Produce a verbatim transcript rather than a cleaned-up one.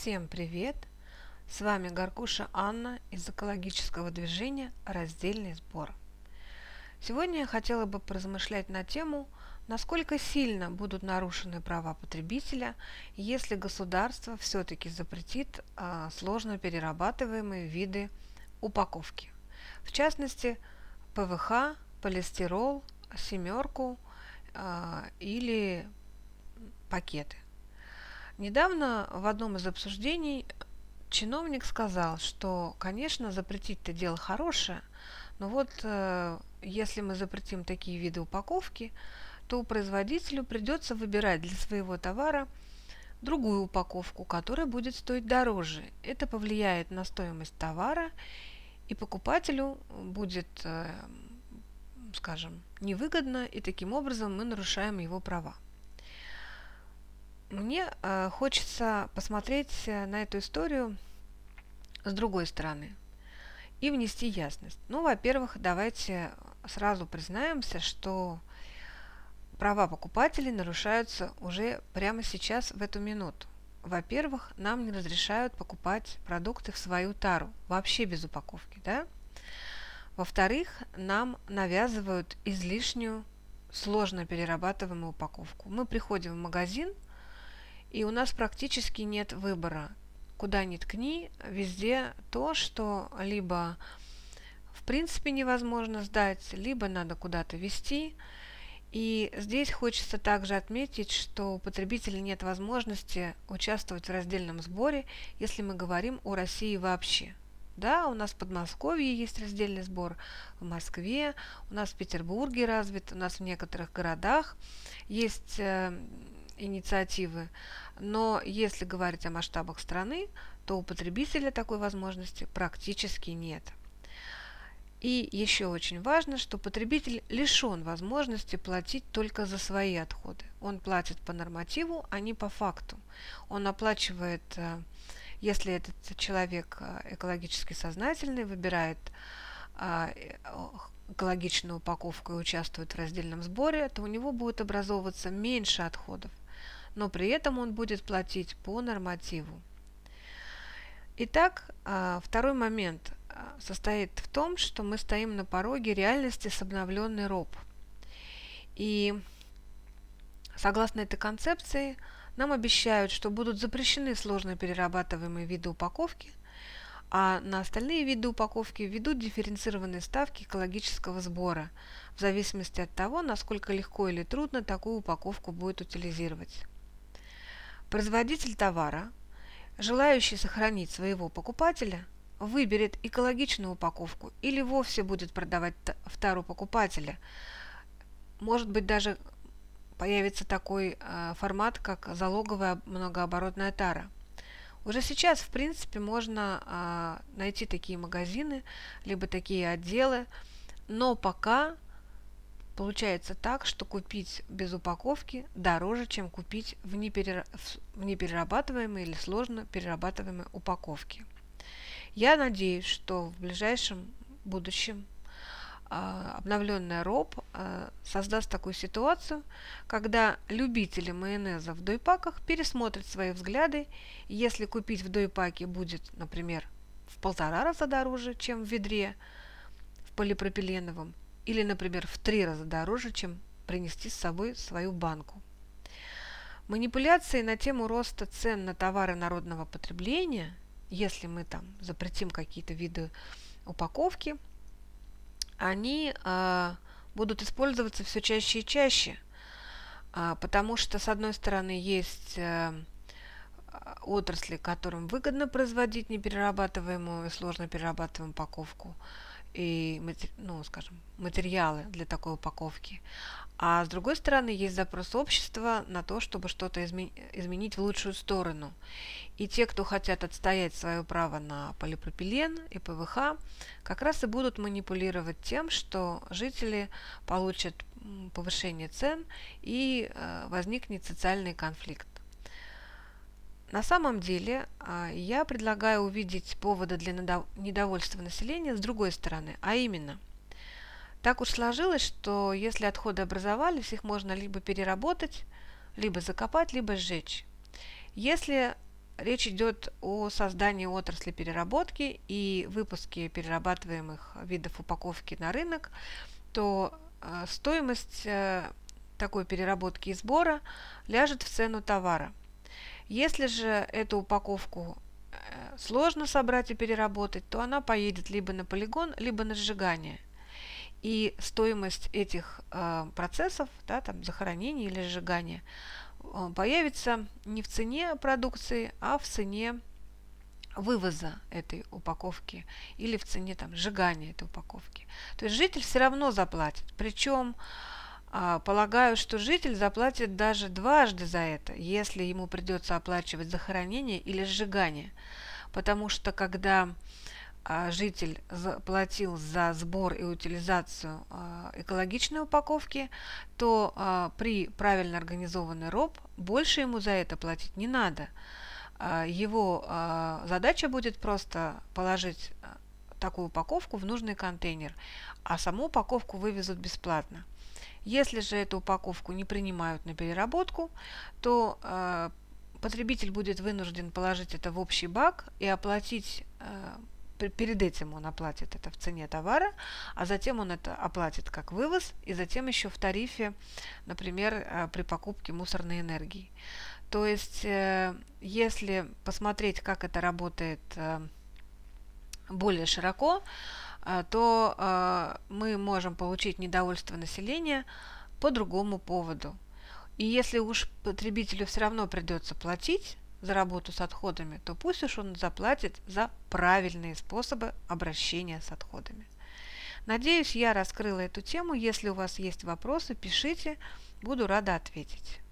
Всем привет! С вами Горкуша Анна из экологического движения «Раздельный сбор». Сегодня я хотела бы поразмышлять на тему, насколько сильно будут нарушены права потребителя, если государство все-таки запретит а, сложно перерабатываемые виды упаковки. В частности, пэ вэ ха, полистирол, семерку а, или пакеты. Недавно в одном из обсуждений чиновник сказал, что, конечно, запретить-то дело хорошее, но вот э, если мы запретим такие виды упаковки, то производителю придется выбирать для своего товара другую упаковку, которая будет стоить дороже. Это повлияет на стоимость товара, и покупателю будет, э, скажем, невыгодно, и таким образом мы нарушаем его права. Мне э, хочется посмотреть на эту историю с другой стороны и внести ясность. Ну, во-первых, давайте сразу признаемся, что права покупателей нарушаются уже прямо сейчас, в эту минуту. Во-первых, нам не разрешают покупать продукты в свою тару, вообще без упаковки, да? Во-вторых, нам навязывают излишнюю, сложно перерабатываемую упаковку. Мы приходим в магазин, и у нас практически нет выбора. Куда ни ткни, везде то, что либо в принципе невозможно сдать, либо надо куда-то везти. И здесь хочется также отметить, что у потребителя нет возможности участвовать в раздельном сборе, если мы говорим о России вообще. Да, у нас в Подмосковье есть раздельный сбор, в Москве, у нас в Петербурге развит, у нас в некоторых городах есть э, инициативы, но если говорить о масштабах страны, то у потребителя такой возможности практически нет. И еще очень важно, что потребитель лишен возможности платить только за свои отходы. Он платит по нормативу, а не по факту. Он оплачивает, если этот человек экологически сознательный, выбирает экологичную упаковку и участвует в раздельном сборе, то у него будет образовываться меньше отходов, но при этом он будет платить по нормативу. Итак, второй момент состоит в том, что мы стоим на пороге реальности с обновленной РОП. И согласно этой концепции, нам обещают, что будут запрещены сложно перерабатываемые виды упаковки, а на остальные виды упаковки введут дифференцированные ставки экологического сбора, в зависимости от того, насколько легко или трудно такую упаковку будет утилизировать. Производитель товара, желающий сохранить своего покупателя, выберет экологичную упаковку или вовсе будет продавать в тару покупателя. Может быть, даже появится такой э, формат, как залоговая многооборотная тара. Уже сейчас, в принципе, можно э, найти такие магазины, либо такие отделы, но пока получается так, что купить без упаковки дороже, чем купить в, неперер... в неперерабатываемой или сложно перерабатываемой упаковке. Я надеюсь, что в ближайшем будущем э, обновленная РОП э, создаст такую ситуацию, когда любители майонеза в дойпаках пересмотрят свои взгляды, и если купить в дойпаке будет, например, в полтора раза дороже, чем в ведре в полипропиленовом, или, например, в три раза дороже, чем принести с собой свою банку. Манипуляции на тему роста цен на товары народного потребления, если мы там запретим какие-то виды упаковки, они э, будут использоваться все чаще и чаще, э, потому что, с одной стороны, есть э, отрасли, которым выгодно производить неперерабатываемую и сложно перерабатываемую упаковку, и, ну, скажем, материалы для такой упаковки. А с другой стороны, есть запрос общества на то, чтобы что-то изме- изменить в лучшую сторону. И те, кто хотят отстоять свое право на полипропилен и пэ вэ ха, как раз и будут манипулировать тем, что жители получат повышение цен и э, возникнет социальный конфликт. На самом деле, я предлагаю увидеть поводы для недовольства населения с другой стороны, а именно, так уж сложилось, что если отходы образовались, их можно либо переработать, либо закопать, либо сжечь. Если речь идет о создании отрасли переработки и выпуске перерабатываемых видов упаковки на рынок, то э, стоимость э, такой переработки и сбора ляжет в цену товара. Если же эту упаковку э, сложно собрать и переработать, то она поедет либо на полигон, либо на сжигание. И стоимость этих э, процессов, да, там, захоронения или сжигания, э, появится не в цене продукции, а в цене вывоза этой упаковки или в цене там, сжигания этой упаковки. То есть житель все равно заплатит. Причем э, полагаю, что житель заплатит даже дважды за это, если ему придется оплачивать захоронение или сжигание. Потому что когда житель платил за сбор и утилизацию экологичной упаковки, то при правильно организованной РОП больше ему за это платить не надо. Его задача будет просто положить такую упаковку в нужный контейнер, а саму упаковку вывезут бесплатно. Если же эту упаковку не принимают на переработку, то потребитель будет вынужден положить это в общий бак и оплатить. Перед этим он оплатит это в цене товара, а затем он это оплатит как вывоз, и затем еще в тарифе, например, при покупке мусорной энергии. То есть, если посмотреть, как это работает более широко, то мы можем получить недовольство населения по другому поводу. И если уж потребителю все равно придется платить за работу с отходами, то пусть уж он заплатит за правильные способы обращения с отходами. Надеюсь, я раскрыла эту тему. Если у вас есть вопросы, пишите, буду рада ответить.